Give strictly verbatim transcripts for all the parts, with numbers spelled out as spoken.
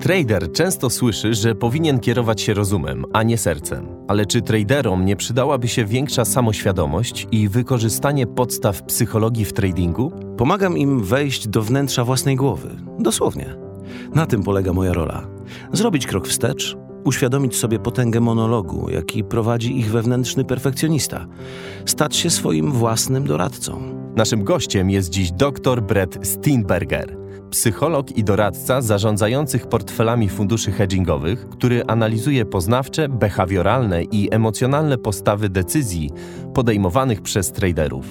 Trader często słyszy, że powinien kierować się rozumem, a nie sercem. Ale czy traderom nie przydałaby się większa samoświadomość i wykorzystanie podstaw psychologii w tradingu? Pomagam im wejść do wnętrza własnej głowy. Dosłownie. Na tym polega moja rola. Zrobić krok wstecz, uświadomić sobie potęgę monologu, jaki prowadzi ich wewnętrzny perfekcjonista. Stać się swoim własnym doradcą. Naszym gościem jest dziś dr Brett Steenberger, psycholog i doradca zarządzających portfelami funduszy hedgingowych, który analizuje poznawcze, behawioralne i emocjonalne postawy decyzji podejmowanych przez traderów.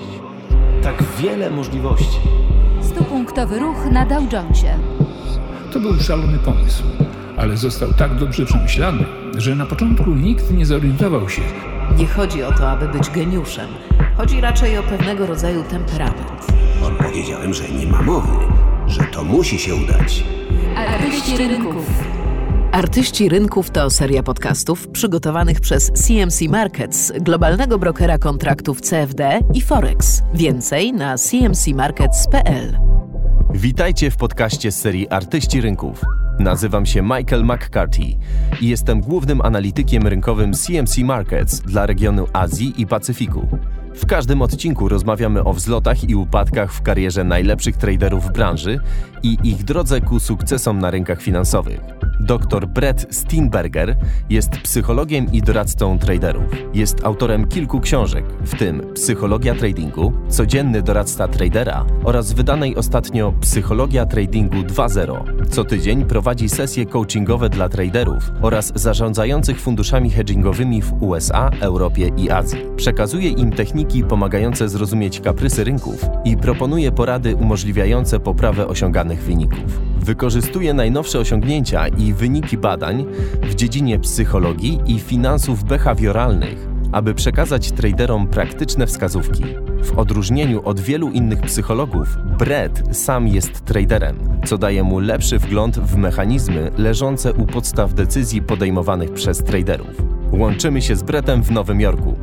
Tak wiele możliwości. Stupunktowy ruch na Dow Jonesie. To był szalony pomysł, ale został tak dobrze przemyślany, że na początku nikt nie zorientował się. Nie chodzi o to, aby być geniuszem. Chodzi raczej o pewnego rodzaju temperament. Powiedziałem, że nie ma mowy, że to musi się udać. Artyści rynków. Artyści rynków to seria podcastów przygotowanych przez C M C Markets, globalnego brokera kontraktów C F D i Forex. Więcej na c m c markets kropka p l. Witajcie w podcaście z serii Artyści rynków. Nazywam się Michael McCarthy i jestem głównym analitykiem rynkowym C M C Markets dla regionu Azji i Pacyfiku. W każdym odcinku rozmawiamy o wzlotach i upadkach w karierze najlepszych traderów w branży i ich drodze ku sukcesom na rynkach finansowych. dr Brett Steenberger jest psychologiem i doradcą traderów. Jest autorem kilku książek, w tym Psychologia tradingu, Codzienny doradca tradera oraz wydanej ostatnio Psychologia tradingu dwa zero. Co tydzień prowadzi sesje coachingowe dla traderów oraz zarządzających funduszami hedgingowymi w U S A, Europie i Azji. Przekazuje im techniki pomagające zrozumieć kaprysy rynków i proponuje porady umożliwiające poprawę osiąganych wyników. Wykorzystuje najnowsze osiągnięcia i wyniki badań w dziedzinie psychologii i finansów behawioralnych, aby przekazać traderom praktyczne wskazówki. W odróżnieniu od wielu innych psychologów, Brett sam jest traderem, co daje mu lepszy wgląd w mechanizmy leżące u podstaw decyzji podejmowanych przez traderów. Łączymy się z Brettem w Nowym Jorku.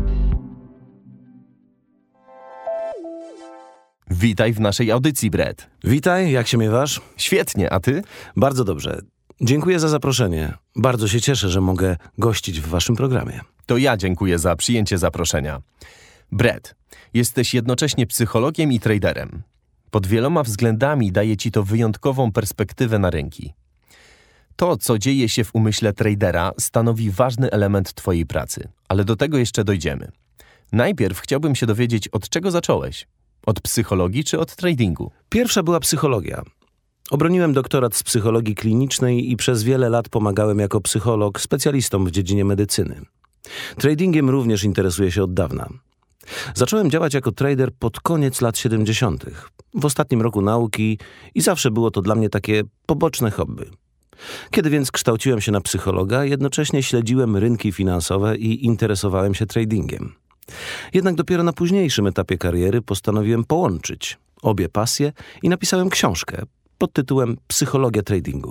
Witaj w naszej audycji, Brett. Witaj, jak się miewasz? Świetnie, a ty? Bardzo dobrze. Dziękuję za zaproszenie. Bardzo się cieszę, że mogę gościć w waszym programie. To ja dziękuję za przyjęcie zaproszenia. Brett, jesteś jednocześnie psychologiem i traderem. Pod wieloma względami daje ci to wyjątkową perspektywę na rynki. To, co dzieje się w umyśle tradera, stanowi ważny element twojej pracy, ale do tego jeszcze dojdziemy. Najpierw chciałbym się dowiedzieć, od czego zacząłeś? Od psychologii czy od tradingu? Pierwsza była psychologia. Obroniłem doktorat z psychologii klinicznej i przez wiele lat pomagałem jako psycholog specjalistom w dziedzinie medycyny. Tradingiem również interesuję się od dawna. Zacząłem działać jako trader pod koniec lat siedemdziesiątych, w ostatnim roku nauki i zawsze było to dla mnie takie poboczne hobby. Kiedy więc kształciłem się na psychologa, jednocześnie śledziłem rynki finansowe i interesowałem się tradingiem. Jednak dopiero na późniejszym etapie kariery postanowiłem połączyć obie pasje i napisałem książkę pod tytułem Psychologia tradingu.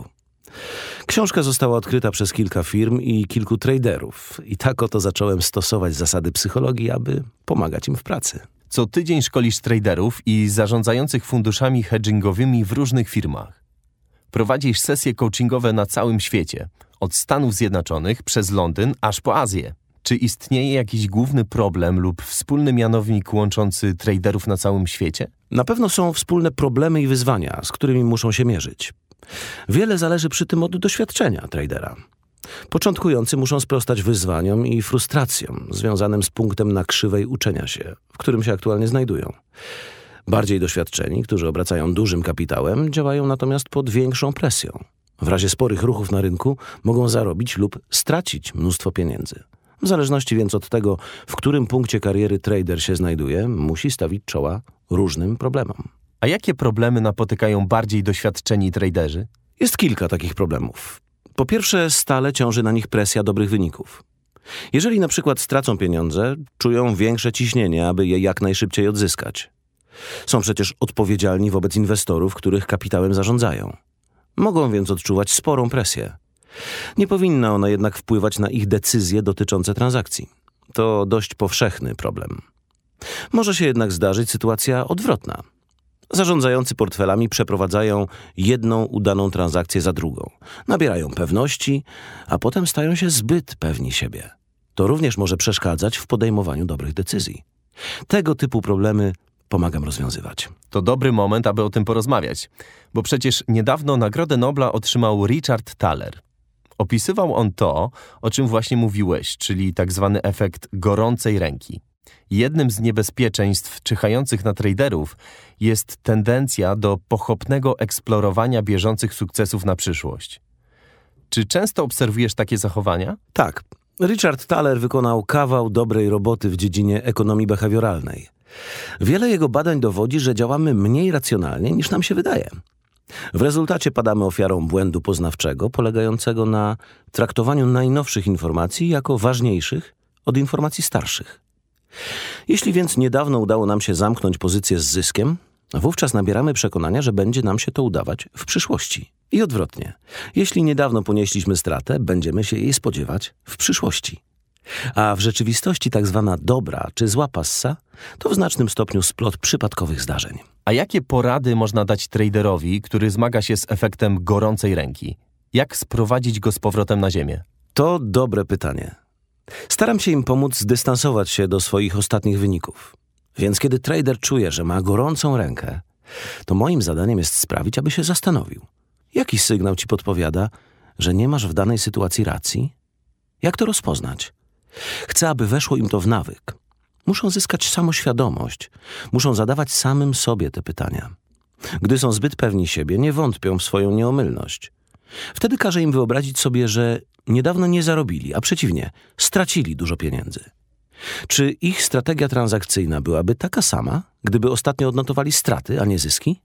Książka została odkryta przez kilka firm i kilku traderów i tak oto zacząłem stosować zasady psychologii, aby pomagać im w pracy. Co tydzień szkolisz traderów i zarządzających funduszami hedgingowymi w różnych firmach. Prowadzisz sesje coachingowe na całym świecie, od Stanów Zjednoczonych przez Londyn aż po Azję. Czy istnieje jakiś główny problem lub wspólny mianownik łączący traderów na całym świecie? Na pewno są wspólne problemy i wyzwania, z którymi muszą się mierzyć. Wiele zależy przy tym od doświadczenia tradera. Początkujący muszą sprostać wyzwaniom i frustracjom związanym z punktem na krzywej uczenia się, w którym się aktualnie znajdują. Bardziej doświadczeni, którzy obracają dużym kapitałem, działają natomiast pod większą presją. W razie sporych ruchów na rynku mogą zarobić lub stracić mnóstwo pieniędzy. W zależności więc od tego, w którym punkcie kariery trader się znajduje, musi stawić czoła różnym problemom. A jakie problemy napotykają bardziej doświadczeni traderzy? Jest kilka takich problemów. Po pierwsze, stale ciąży na nich presja dobrych wyników. Jeżeli na przykład stracą pieniądze, czują większe ciśnienie, aby je jak najszybciej odzyskać. Są przecież odpowiedzialni wobec inwestorów, których kapitałem zarządzają. Mogą więc odczuwać sporą presję. Nie powinna ona jednak wpływać na ich decyzje dotyczące transakcji. To dość powszechny problem. Może się jednak zdarzyć sytuacja odwrotna. Zarządzający portfelami przeprowadzają jedną udaną transakcję za drugą. Nabierają pewności, a potem stają się zbyt pewni siebie. To również może przeszkadzać w podejmowaniu dobrych decyzji. Tego typu problemy pomagam rozwiązywać. To dobry moment, aby o tym porozmawiać, bo przecież niedawno Nagrodę Nobla otrzymał Richard Thaler. Opisywał on to, o czym właśnie mówiłeś, czyli tak zwany efekt gorącej ręki. Jednym z niebezpieczeństw czyhających na traderów jest tendencja do pochopnego eksplorowania bieżących sukcesów na przyszłość. Czy często obserwujesz takie zachowania? Tak. Richard Thaler wykonał kawał dobrej roboty w dziedzinie ekonomii behawioralnej. Wiele jego badań dowodzi, że działamy mniej racjonalnie niż nam się wydaje. W rezultacie padamy ofiarą błędu poznawczego polegającego na traktowaniu najnowszych informacji jako ważniejszych od informacji starszych. Jeśli więc niedawno udało nam się zamknąć pozycję z zyskiem, wówczas nabieramy przekonania, że będzie nam się to udawać w przyszłości. I odwrotnie. Jeśli niedawno ponieśliśmy stratę, będziemy się jej spodziewać w przyszłości. A w rzeczywistości tak zwana dobra czy zła passa to w znacznym stopniu splot przypadkowych zdarzeń. A jakie porady można dać traderowi, który zmaga się z efektem gorącej ręki? Jak sprowadzić go z powrotem na ziemię? To dobre pytanie. Staram się im pomóc zdystansować się do swoich ostatnich wyników. Więc kiedy trader czuje, że ma gorącą rękę, to moim zadaniem jest sprawić, aby się zastanowił. Jaki sygnał ci podpowiada, że nie masz w danej sytuacji racji? Jak to rozpoznać? Chcę, aby weszło im to w nawyk. Muszą zyskać samoświadomość. Muszą zadawać samym sobie te pytania. Gdy są zbyt pewni siebie, nie wątpią w swoją nieomylność. Wtedy każę im wyobrazić sobie, że niedawno nie zarobili, a przeciwnie, stracili dużo pieniędzy. Czy ich strategia transakcyjna byłaby taka sama, gdyby ostatnio odnotowali straty, a nie zyski?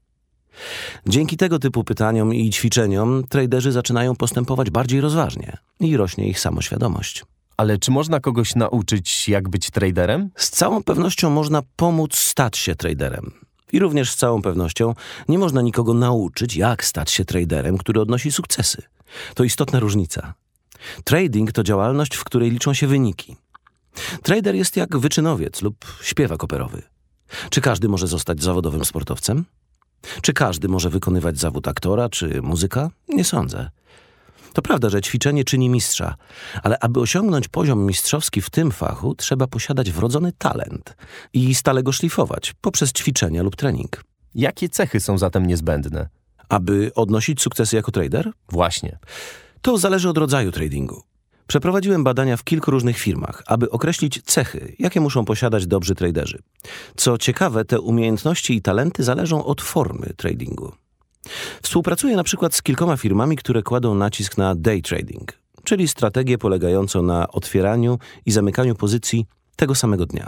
Dzięki tego typu pytaniom i ćwiczeniom traderzy zaczynają postępować bardziej rozważnie i rośnie ich samoświadomość. Ale czy można kogoś nauczyć, jak być traderem? Z całą pewnością można pomóc stać się traderem. I również z całą pewnością nie można nikogo nauczyć, jak stać się traderem, który odnosi sukcesy. To istotna różnica. Trading to działalność, w której liczą się wyniki. Trader jest jak wyczynowiec lub śpiewak operowy. Czy każdy może zostać zawodowym sportowcem? Czy każdy może wykonywać zawód aktora czy muzyka? Nie sądzę. To prawda, że ćwiczenie czyni mistrza, ale aby osiągnąć poziom mistrzowski w tym fachu, trzeba posiadać wrodzony talent i stale go szlifować poprzez ćwiczenia lub trening. Jakie cechy są zatem niezbędne? Aby odnosić sukcesy jako trader? Właśnie. To zależy od rodzaju tradingu. Przeprowadziłem badania w kilku różnych firmach, aby określić cechy, jakie muszą posiadać dobrzy traderzy. Co ciekawe, te umiejętności i talenty zależą od formy tradingu. Współpracuję na przykład z kilkoma firmami, które kładą nacisk na day trading, czyli strategię polegającą na otwieraniu i zamykaniu pozycji tego samego dnia.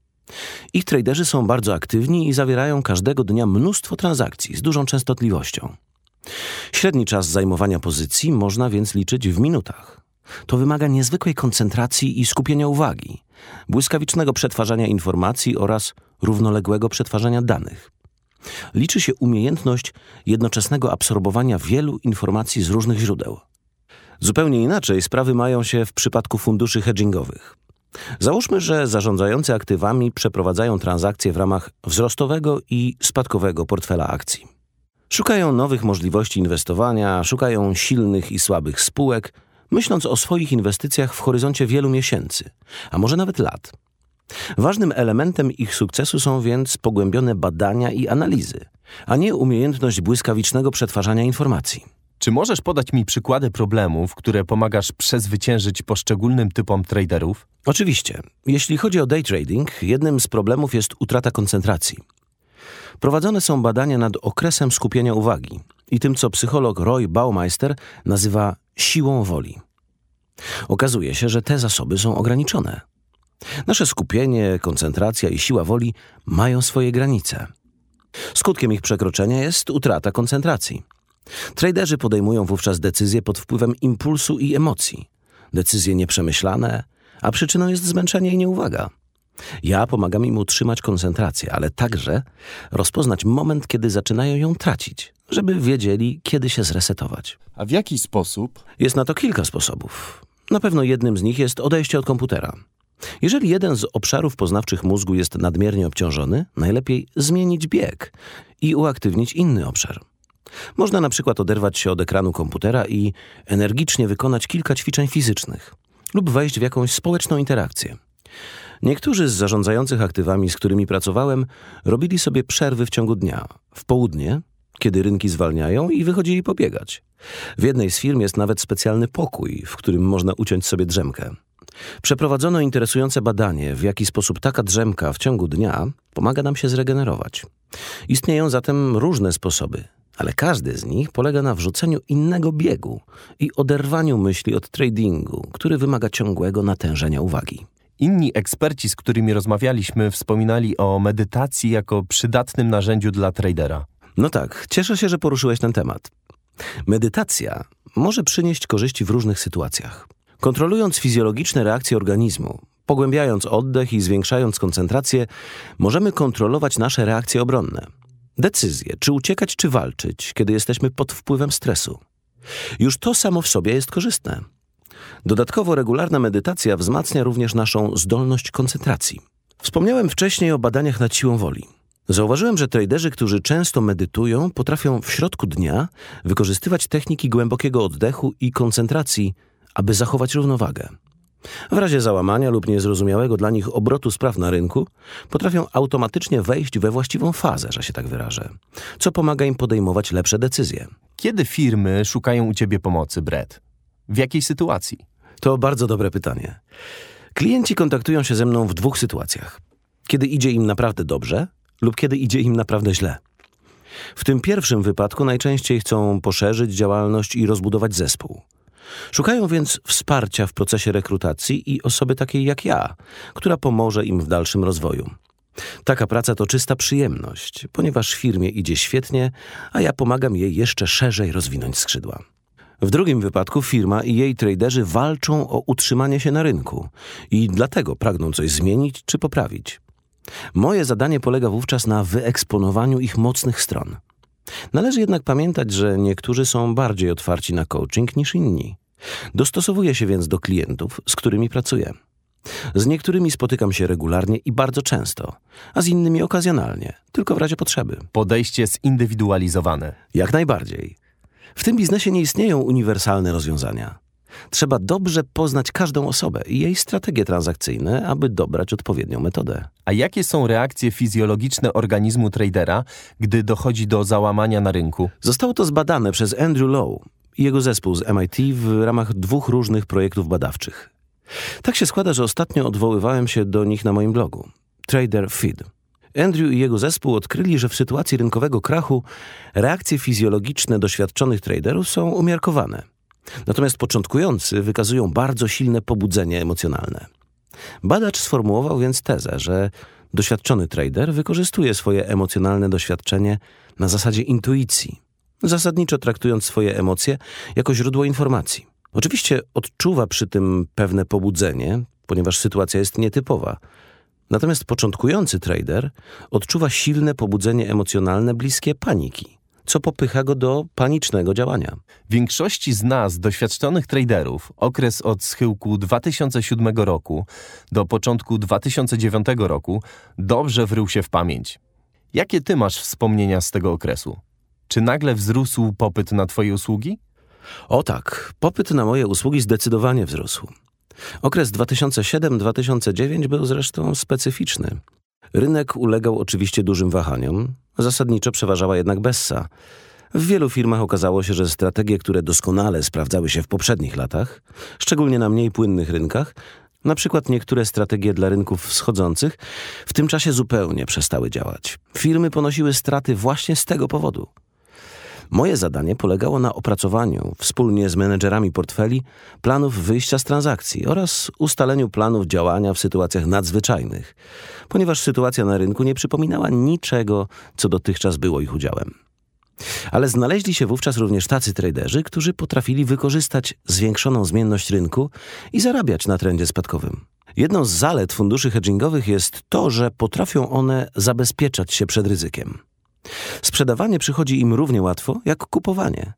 Ich traderzy są bardzo aktywni i zawierają każdego dnia mnóstwo transakcji z dużą częstotliwością. Średni czas zajmowania pozycji można więc liczyć w minutach. To wymaga niezwykłej koncentracji i skupienia uwagi, błyskawicznego przetwarzania informacji oraz równoległego przetwarzania danych. Liczy się umiejętność jednoczesnego absorbowania wielu informacji z różnych źródeł. Zupełnie inaczej sprawy mają się w przypadku funduszy hedgingowych. Załóżmy, że zarządzający aktywami przeprowadzają transakcje w ramach wzrostowego i spadkowego portfela akcji. Szukają nowych możliwości inwestowania, szukają silnych i słabych spółek, myśląc o swoich inwestycjach w horyzoncie wielu miesięcy, a może nawet lat. Ważnym elementem ich sukcesu są więc pogłębione badania i analizy, a nie umiejętność błyskawicznego przetwarzania informacji. Czy możesz podać mi przykłady problemów, które pomagasz przezwyciężyć poszczególnym typom traderów? Oczywiście. Jeśli chodzi o day trading, jednym z problemów jest utrata koncentracji. Prowadzone są badania nad okresem skupienia uwagi i tym, co psycholog Roy Baumeister nazywa siłą woli. Okazuje się, że te zasoby są ograniczone. Nasze skupienie, koncentracja i siła woli mają swoje granice. Skutkiem ich przekroczenia jest utrata koncentracji. Traderzy podejmują wówczas decyzje pod wpływem impulsu i emocji. Decyzje nieprzemyślane, a przyczyną jest zmęczenie i nieuwaga. Ja pomagam im utrzymać koncentrację, ale także rozpoznać moment, kiedy zaczynają ją tracić, żeby wiedzieli, kiedy się zresetować. A w jaki sposób? Jest na to kilka sposobów. Na pewno jednym z nich jest odejście od komputera. Jeżeli jeden z obszarów poznawczych mózgu jest nadmiernie obciążony, najlepiej zmienić bieg i uaktywnić inny obszar. Można na przykład oderwać się od ekranu komputera i energicznie wykonać kilka ćwiczeń fizycznych lub wejść w jakąś społeczną interakcję. Niektórzy z zarządzających aktywami, z którymi pracowałem, robili sobie przerwy w ciągu dnia, w południe, kiedy rynki zwalniają, i wychodzili pobiegać. W jednej z firm jest nawet specjalny pokój, w którym można uciąć sobie drzemkę. Przeprowadzono interesujące badanie, w jaki sposób taka drzemka w ciągu dnia pomaga nam się zregenerować. Istnieją zatem różne sposoby, ale każdy z nich polega na wrzuceniu innego biegu i oderwaniu myśli od tradingu, który wymaga ciągłego natężenia uwagi. Inni eksperci, z którymi rozmawialiśmy, wspominali o medytacji jako przydatnym narzędziu dla tradera. No tak, cieszę się, że poruszyłeś ten temat. Medytacja może przynieść korzyści w różnych sytuacjach. Kontrolując fizjologiczne reakcje organizmu, pogłębiając oddech i zwiększając koncentrację, możemy kontrolować nasze reakcje obronne. Decyzje, czy uciekać, czy walczyć, kiedy jesteśmy pod wpływem stresu. Już to samo w sobie jest korzystne. Dodatkowo regularna medytacja wzmacnia również naszą zdolność koncentracji. Wspomniałem wcześniej o badaniach nad siłą woli. Zauważyłem, że traderzy, którzy często medytują, potrafią w środku dnia wykorzystywać techniki głębokiego oddechu i koncentracji, aby zachować równowagę. W razie załamania lub niezrozumiałego dla nich obrotu spraw na rynku potrafią automatycznie wejść we właściwą fazę, że się tak wyrażę, co pomaga im podejmować lepsze decyzje. Kiedy firmy szukają u ciebie pomocy, Brett? W jakiej sytuacji? To bardzo dobre pytanie. Klienci kontaktują się ze mną w dwóch sytuacjach. Kiedy idzie im naprawdę dobrze lub kiedy idzie im naprawdę źle. W tym pierwszym wypadku najczęściej chcą poszerzyć działalność i rozbudować zespół. Szukają więc wsparcia w procesie rekrutacji i osoby takiej jak ja, która pomoże im w dalszym rozwoju. Taka praca to czysta przyjemność, ponieważ firmie idzie świetnie, a ja pomagam jej jeszcze szerzej rozwinąć skrzydła. W drugim wypadku firma i jej traderzy walczą o utrzymanie się na rynku i dlatego pragną coś zmienić czy poprawić. Moje zadanie polega wówczas na wyeksponowaniu ich mocnych stron. Należy jednak pamiętać, że niektórzy są bardziej otwarci na coaching niż inni. Dostosowuję się więc do klientów, z którymi pracuję. Z niektórymi spotykam się regularnie i bardzo często, a z innymi okazjonalnie, tylko w razie potrzeby. Podejście zindywidualizowane. Jak najbardziej. W tym biznesie nie istnieją uniwersalne rozwiązania. Trzeba dobrze poznać każdą osobę i jej strategie transakcyjne, aby dobrać odpowiednią metodę. A jakie są reakcje fizjologiczne organizmu tradera, gdy dochodzi do załamania na rynku? Zostało to zbadane przez Andrew Lowe i jego zespół z M I T w ramach dwóch różnych projektów badawczych. Tak się składa, że ostatnio odwoływałem się do nich na moim blogu. Trader Feed. Andrew i jego zespół odkryli, że w sytuacji rynkowego krachu reakcje fizjologiczne doświadczonych traderów są umiarkowane. Natomiast początkujący wykazują bardzo silne pobudzenie emocjonalne. Badacz sformułował więc tezę, że doświadczony trader wykorzystuje swoje emocjonalne doświadczenie na zasadzie intuicji, zasadniczo traktując swoje emocje jako źródło informacji. Oczywiście odczuwa przy tym pewne pobudzenie, ponieważ sytuacja jest nietypowa. Natomiast początkujący trader odczuwa silne pobudzenie emocjonalne bliskie paniki, co popycha go do panicznego działania. Większości z nas, doświadczonych traderów, okres od schyłku dwa tysiące siódmego roku do początku dwa tysiące dziewiątego roku dobrze wrył się w pamięć. Jakie ty masz wspomnienia z tego okresu? Czy nagle wzrósł popyt na twoje usługi? O tak, popyt na moje usługi zdecydowanie wzrósł. Okres dwa tysiące siódmy do dwa tysiące dziewiątego był zresztą specyficzny. Rynek ulegał oczywiście dużym wahaniom, zasadniczo przeważała jednak Bessa. W wielu firmach okazało się, że strategie, które doskonale sprawdzały się w poprzednich latach, szczególnie na mniej płynnych rynkach, na przykład niektóre strategie dla rynków wschodzących, w tym czasie zupełnie przestały działać. Firmy ponosiły straty właśnie z tego powodu. Moje zadanie polegało na opracowaniu, wspólnie z menedżerami portfeli, planów wyjścia z transakcji oraz ustaleniu planów działania w sytuacjach nadzwyczajnych, ponieważ sytuacja na rynku nie przypominała niczego, co dotychczas było ich udziałem. Ale znaleźli się wówczas również tacy traderzy, którzy potrafili wykorzystać zwiększoną zmienność rynku i zarabiać na trendzie spadkowym. Jedną z zalet funduszy hedgingowych jest to, że potrafią one zabezpieczać się przed ryzykiem. Sprzedawanie przychodzi im równie łatwo jak kupowanie.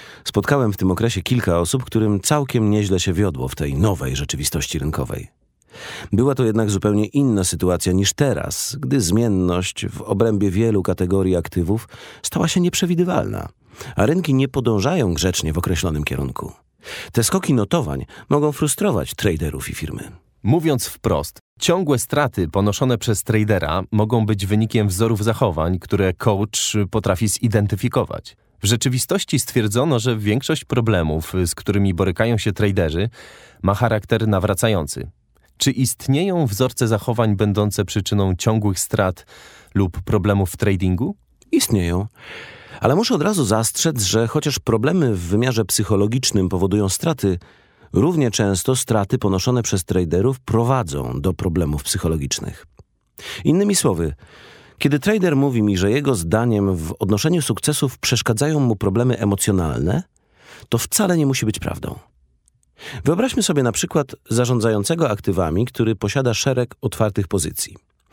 Spotkałem w tym okresie kilka osób, którym całkiem nieźle się wiodło w tej nowej rzeczywistości rynkowej. Była to jednak zupełnie inna sytuacja niż teraz, gdy zmienność w obrębie wielu kategorii aktywów stała się nieprzewidywalna, a rynki nie podążają grzecznie w określonym kierunku. Te skoki notowań mogą frustrować traderów i firmy. Mówiąc wprost, ciągłe straty ponoszone przez tradera mogą być wynikiem wzorów zachowań, które coach potrafi zidentyfikować. W rzeczywistości stwierdzono, że większość problemów, z którymi borykają się traderzy, ma charakter nawracający. Czy istnieją wzorce zachowań będące przyczyną ciągłych strat lub problemów w tradingu? Istnieją, ale muszę od razu zastrzec, że chociaż problemy w wymiarze psychologicznym powodują straty, równie często straty ponoszone przez traderów prowadzą do problemów psychologicznych. Innymi słowy, kiedy trader mówi mi, że jego zdaniem w odnoszeniu sukcesów przeszkadzają mu problemy emocjonalne, to wcale nie musi być prawdą. Wyobraźmy sobie na przykład zarządzającego aktywami, który posiada szereg otwartych pozycji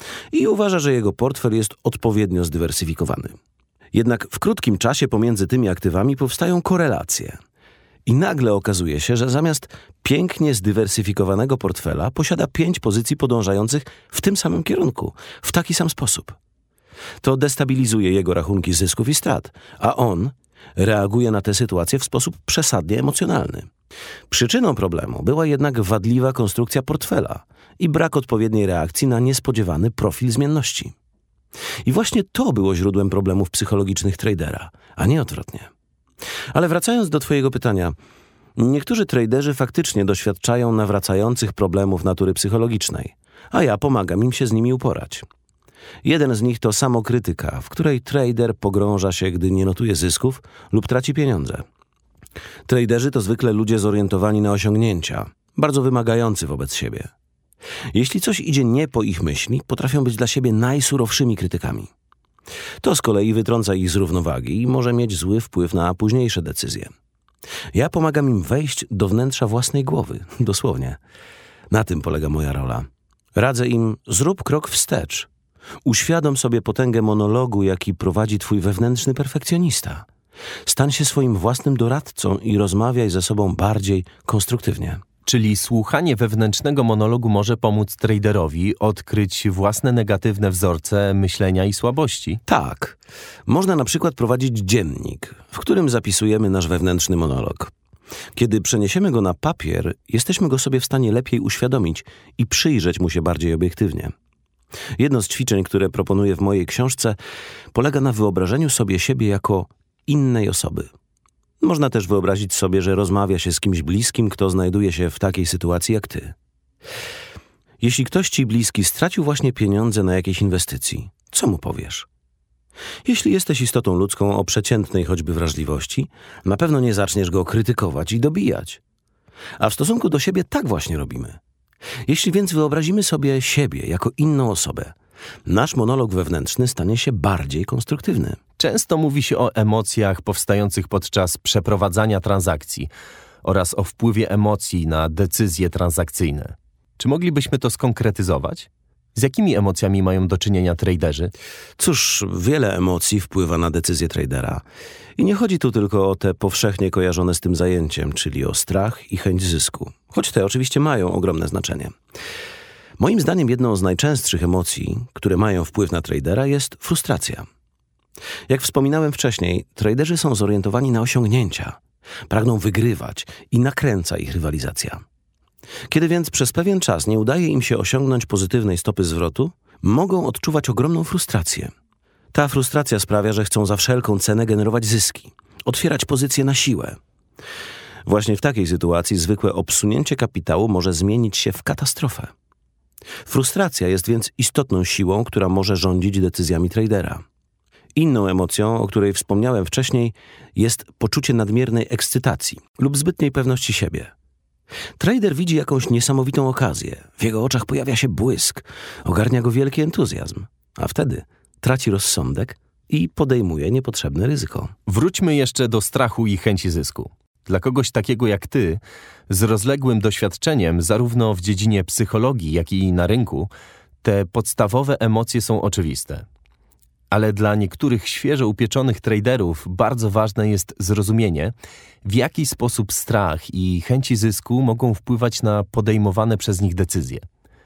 i uważa, że jego portfel jest odpowiednio zdywersyfikowany. Jednak w krótkim czasie pomiędzy tymi aktywami powstają korelacje i nagle okazuje się, że zamiast pięknie zdywersyfikowanego portfela posiada pięć pozycji podążających w tym samym kierunku, w taki sam sposób. To destabilizuje jego rachunki zysków i strat, a on reaguje na tę sytuację w sposób przesadnie emocjonalny. Przyczyną problemu była jednak wadliwa konstrukcja portfela i brak odpowiedniej reakcji na niespodziewany profil zmienności. I właśnie to było źródłem problemów psychologicznych tradera, a nie odwrotnie. Ale wracając do twojego pytania, niektórzy traderzy faktycznie doświadczają nawracających problemów natury psychologicznej, a ja pomagam im się z nimi uporać. Jeden z nich to samokrytyka, w której trader pogrąża się, gdy nie notuje zysków lub traci pieniądze. Traderzy to zwykle ludzie zorientowani na osiągnięcia, bardzo wymagający wobec siebie. Jeśli coś idzie nie po ich myśli, potrafią być dla siebie najsurowszymi krytykami. To z kolei wytrąca ich z równowagi i może mieć zły wpływ na późniejsze decyzje. Ja pomagam im wejść do wnętrza własnej głowy, dosłownie. Na tym polega moja rola. Radzę im, zrób krok wstecz. Uświadom sobie potęgę monologu, jaki prowadzi twój wewnętrzny perfekcjonista. Stań się swoim własnym doradcą i rozmawiaj ze sobą bardziej konstruktywnie. Czyli słuchanie wewnętrznego monologu może pomóc traderowi odkryć własne negatywne wzorce myślenia i słabości? Tak. Można na przykład prowadzić dziennik, w którym zapisujemy nasz wewnętrzny monolog. Kiedy przeniesiemy go na papier, jesteśmy go sobie w stanie lepiej uświadomić i przyjrzeć mu się bardziej obiektywnie. Jedno z ćwiczeń, które proponuję w mojej książce, polega na wyobrażeniu sobie siebie jako innej osoby. Można też wyobrazić sobie, że rozmawia się z kimś bliskim, kto znajduje się w takiej sytuacji jak ty. Jeśli ktoś ci bliski stracił właśnie pieniądze na jakiejś inwestycji, co mu powiesz? Jeśli jesteś istotą ludzką o przeciętnej choćby wrażliwości, na pewno nie zaczniesz go krytykować i dobijać. A w stosunku do siebie tak właśnie robimy. Jeśli więc wyobrazimy sobie siebie jako inną osobę, nasz monolog wewnętrzny stanie się bardziej konstruktywny. Często mówi się o emocjach powstających podczas przeprowadzania transakcji oraz o wpływie emocji na decyzje transakcyjne. Czy moglibyśmy to skonkretyzować? Z jakimi emocjami mają do czynienia traderzy? Cóż, wiele emocji wpływa na decyzję tradera. I nie chodzi tu tylko o te powszechnie kojarzone z tym zajęciem, czyli o strach i chęć zysku. Choć te oczywiście mają ogromne znaczenie. Moim zdaniem jedną z najczęstszych emocji, które mają wpływ na tradera, jest frustracja. Jak wspominałem wcześniej, traderzy są zorientowani na osiągnięcia. Pragną wygrywać i nakręca ich rywalizacja. Kiedy więc przez pewien czas nie udaje im się osiągnąć pozytywnej stopy zwrotu, mogą odczuwać ogromną frustrację. Ta frustracja sprawia, że chcą za wszelką cenę generować zyski, otwierać pozycje na siłę. Właśnie w takiej sytuacji zwykłe obsunięcie kapitału może zmienić się w katastrofę. Frustracja jest więc istotną siłą, która może rządzić decyzjami tradera. Inną emocją, o której wspomniałem wcześniej, jest poczucie nadmiernej ekscytacji lub zbytniej pewności siebie. Trader widzi jakąś niesamowitą okazję, w jego oczach pojawia się błysk, ogarnia go wielki entuzjazm, a wtedy traci rozsądek i podejmuje niepotrzebne ryzyko. Wróćmy jeszcze do strachu i chęci zysku. Dla kogoś takiego jak ty, z rozległym doświadczeniem zarówno w dziedzinie psychologii, jak i na rynku, te podstawowe emocje są oczywiste. Ale dla niektórych świeżo upieczonych traderów bardzo ważne jest zrozumienie, w jaki sposób strach i chęci zysku mogą wpływać na podejmowane przez nich decyzje.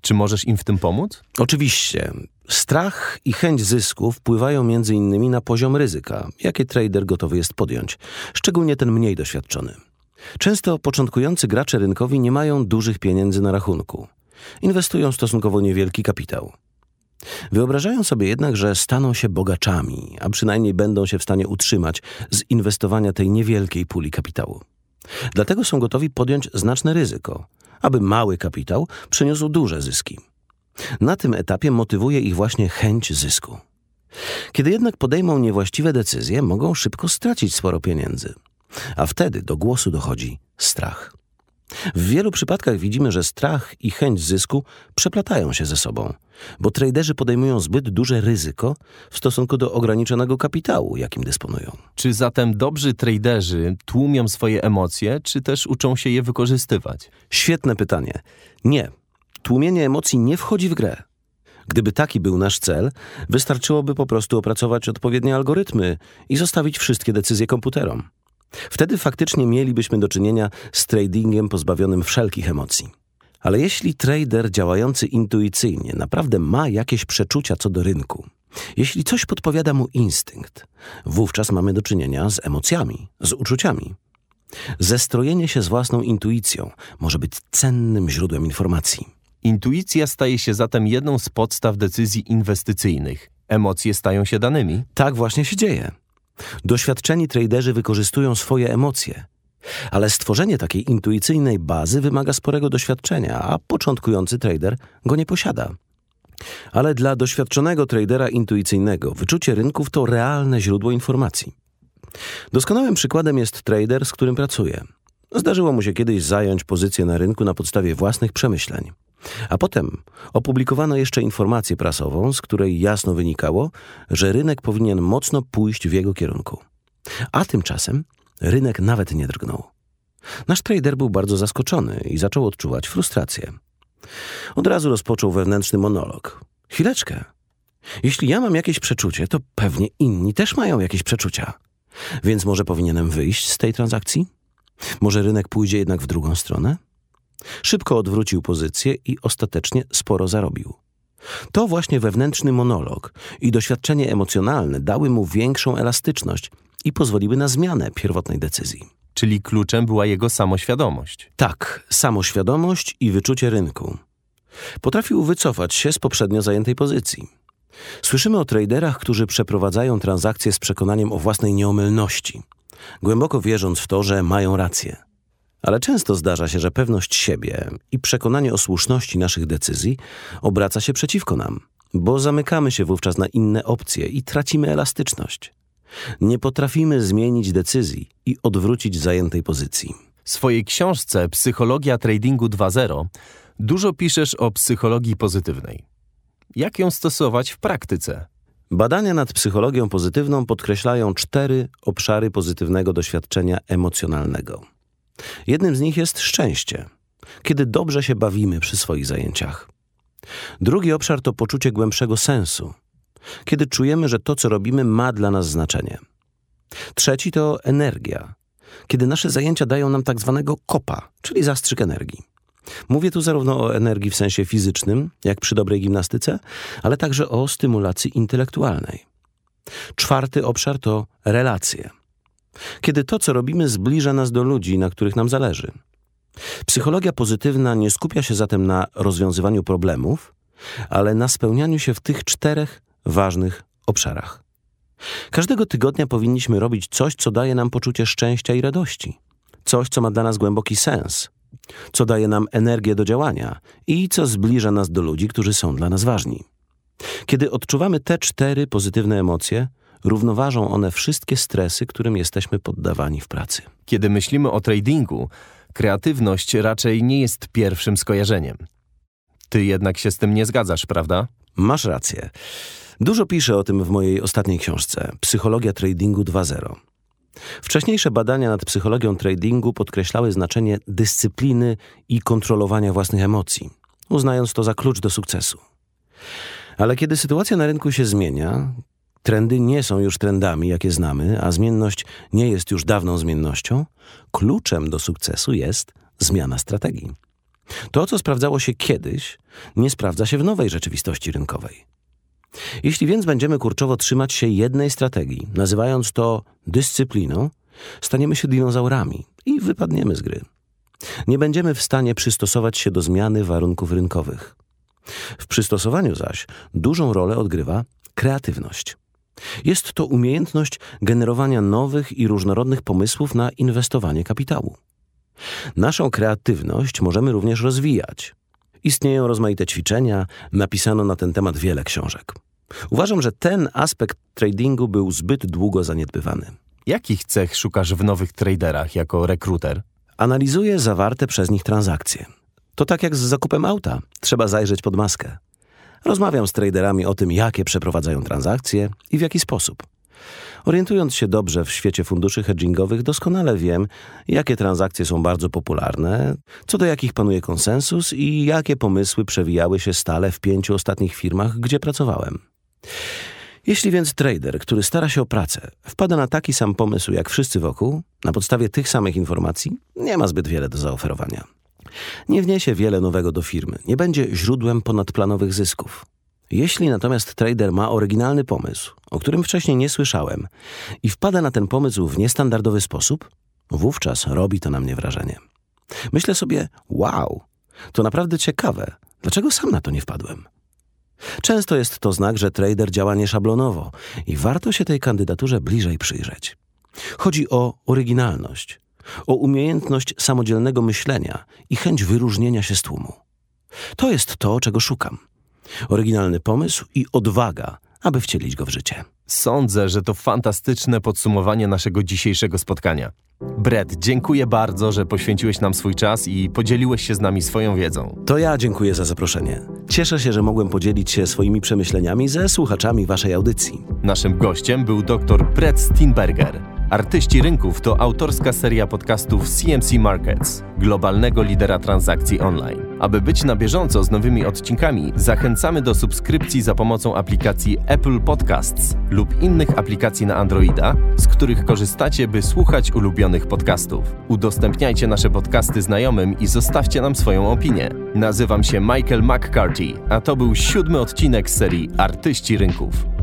Czy możesz im w tym pomóc? Oczywiście. Strach i chęć zysku wpływają między innymi na poziom ryzyka, jakie trader gotowy jest podjąć, szczególnie ten mniej doświadczony. Często początkujący gracze rynkowi nie mają dużych pieniędzy na rachunku. Inwestują stosunkowo niewielki kapitał. Wyobrażają sobie jednak, że staną się bogaczami, a przynajmniej będą się w stanie utrzymać z inwestowania tej niewielkiej puli kapitału. Dlatego są gotowi podjąć znaczne ryzyko, aby mały kapitał przyniósł duże zyski. Na tym etapie motywuje ich właśnie chęć zysku. Kiedy jednak podejmą niewłaściwe decyzje, mogą szybko stracić sporo pieniędzy. A wtedy do głosu dochodzi strach. W wielu przypadkach widzimy, że strach i chęć zysku przeplatają się ze sobą, bo traderzy podejmują zbyt duże ryzyko w stosunku do ograniczonego kapitału, jakim dysponują. Czy zatem dobrzy traderzy tłumią swoje emocje, czy też uczą się je wykorzystywać? Świetne pytanie. Nie. Tłumienie emocji nie wchodzi w grę. Gdyby taki był nasz cel, wystarczyłoby po prostu opracować odpowiednie algorytmy i zostawić wszystkie decyzje komputerom. Wtedy faktycznie mielibyśmy do czynienia z tradingiem pozbawionym wszelkich emocji. Ale jeśli trader działający intuicyjnie naprawdę ma jakieś przeczucia co do rynku, jeśli coś podpowiada mu instynkt, wówczas mamy do czynienia z emocjami, z uczuciami. Zestrojenie się z własną intuicją może być cennym źródłem informacji. Intuicja staje się zatem jedną z podstaw decyzji inwestycyjnych. Emocje stają się danymi? Tak właśnie się dzieje. Doświadczeni traderzy wykorzystują swoje emocje, ale stworzenie takiej intuicyjnej bazy wymaga sporego doświadczenia, a początkujący trader go nie posiada. Ale dla doświadczonego tradera intuicyjnego wyczucie rynków to realne źródło informacji. Doskonałym przykładem jest trader, z którym pracuję. Zdarzyło mu się kiedyś zająć pozycję na rynku na podstawie własnych przemyśleń. A potem opublikowano jeszcze informację prasową, z której jasno wynikało, że rynek powinien mocno pójść w jego kierunku. A tymczasem rynek nawet nie drgnął. Nasz trader był bardzo zaskoczony i zaczął odczuwać frustrację. Od razu rozpoczął wewnętrzny monolog. Chwileczkę. Jeśli ja mam jakieś przeczucie, to pewnie inni też mają jakieś przeczucia. Więc może powinienem wyjść z tej transakcji? Może rynek pójdzie jednak w drugą stronę? Szybko odwrócił pozycję i ostatecznie sporo zarobił. To właśnie wewnętrzny monolog i doświadczenie emocjonalne dały mu większą elastyczność i pozwoliły na zmianę pierwotnej decyzji. Czyli kluczem była jego samoświadomość. Tak, samoświadomość i wyczucie rynku. Potrafił wycofać się z poprzednio zajętej pozycji. Słyszymy o traderach, którzy przeprowadzają transakcje z przekonaniem o własnej nieomylności, głęboko wierząc w to, że mają rację. Ale często zdarza się, że pewność siebie i przekonanie o słuszności naszych decyzji obraca się przeciwko nam, bo zamykamy się wówczas na inne opcje i tracimy elastyczność. Nie potrafimy zmienić decyzji i odwrócić zajętej pozycji. W swojej książce Psychologia Tradingu dwa zero dużo piszesz o psychologii pozytywnej. Jak ją stosować w praktyce? Badania nad psychologią pozytywną podkreślają cztery obszary pozytywnego doświadczenia emocjonalnego. Jednym z nich jest szczęście, kiedy dobrze się bawimy przy swoich zajęciach. Drugi obszar to poczucie głębszego sensu, kiedy czujemy, że to, co robimy, ma dla nas znaczenie. Trzeci to energia, kiedy nasze zajęcia dają nam tak zwanego kopa, czyli zastrzyk energii. Mówię tu zarówno o energii w sensie fizycznym, jak przy dobrej gimnastyce, ale także o stymulacji intelektualnej. Czwarty obszar to relacje, kiedy to, co robimy, zbliża nas do ludzi, na których nam zależy. Psychologia pozytywna nie skupia się zatem na rozwiązywaniu problemów, ale na spełnianiu się w tych czterech ważnych obszarach. Każdego tygodnia powinniśmy robić coś, co daje nam poczucie szczęścia i radości. Coś, co ma dla nas głęboki sens, co daje nam energię do działania i co zbliża nas do ludzi, którzy są dla nas ważni. Kiedy odczuwamy te cztery pozytywne emocje, równoważą one wszystkie stresy, którym jesteśmy poddawani w pracy. Kiedy myślimy o tradingu, kreatywność raczej nie jest pierwszym skojarzeniem. Ty jednak się z tym nie zgadzasz, prawda? Masz rację. Dużo piszę o tym w mojej ostatniej książce Psychologia Tradingu dwa zero. Wcześniejsze badania nad psychologią tradingu podkreślały znaczenie dyscypliny i kontrolowania własnych emocji, uznając to za klucz do sukcesu. Ale kiedy sytuacja na rynku się zmienia, trendy nie są już trendami, jakie znamy, a zmienność nie jest już dawną zmiennością, kluczem do sukcesu jest zmiana strategii. To, co sprawdzało się kiedyś, nie sprawdza się w nowej rzeczywistości rynkowej. Jeśli więc będziemy kurczowo trzymać się jednej strategii, nazywając to dyscypliną, staniemy się dinozaurami i wypadniemy z gry. Nie będziemy w stanie przystosować się do zmiany warunków rynkowych. W przystosowaniu zaś dużą rolę odgrywa kreatywność. Jest to umiejętność generowania nowych i różnorodnych pomysłów na inwestowanie kapitału. Naszą kreatywność możemy również rozwijać. Istnieją rozmaite ćwiczenia, napisano na ten temat wiele książek. Uważam, że ten aspekt tradingu był zbyt długo zaniedbywany. Jakich cech szukasz w nowych traderach jako rekruter? Analizuję zawarte przez nich transakcje. To tak jak z zakupem auta. Trzeba zajrzeć pod maskę. Rozmawiam z traderami o tym, jakie przeprowadzają transakcje i w jaki sposób. Orientując się dobrze w świecie funduszy hedgingowych, doskonale wiem, jakie transakcje są bardzo popularne, co do jakich panuje konsensus i jakie pomysły przewijały się stale w pięciu ostatnich firmach, gdzie pracowałem. Jeśli więc trader, który stara się o pracę, wpada na taki sam pomysł jak wszyscy wokół, na podstawie tych samych informacji, nie ma zbyt wiele do zaoferowania. Nie wniesie wiele nowego do firmy, nie będzie źródłem ponadplanowych zysków. Jeśli natomiast trader ma oryginalny pomysł, o którym wcześniej nie słyszałem i wpada na ten pomysł w niestandardowy sposób, wówczas robi to na mnie wrażenie. Myślę sobie, wow, to naprawdę ciekawe, dlaczego sam na to nie wpadłem? Często jest to znak, że trader działa nieszablonowo i warto się tej kandydaturze bliżej przyjrzeć. Chodzi o oryginalność, o umiejętność samodzielnego myślenia i chęć wyróżnienia się z tłumu. To jest to, czego szukam. Oryginalny pomysł i odwaga, aby wcielić go w życie. Sądzę, że to fantastyczne podsumowanie naszego dzisiejszego spotkania. Brett, dziękuję bardzo, że poświęciłeś nam swój czas i podzieliłeś się z nami swoją wiedzą. To ja dziękuję za zaproszenie. Cieszę się, że mogłem podzielić się swoimi przemyśleniami ze słuchaczami waszej audycji. Naszym gościem był dr Brett Steenberger. Artyści Rynków to autorska seria podcastów C M C Markets, globalnego lidera transakcji online. Aby być na bieżąco z nowymi odcinkami, zachęcamy do subskrypcji za pomocą aplikacji Apple Podcasts lub innych aplikacji na Androida, z których korzystacie, by słuchać ulubionych podcastów. Udostępniajcie nasze podcasty znajomym i zostawcie nam swoją opinię. Nazywam się Michael McCarthy, a to był siódmy odcinek serii Artyści Rynków.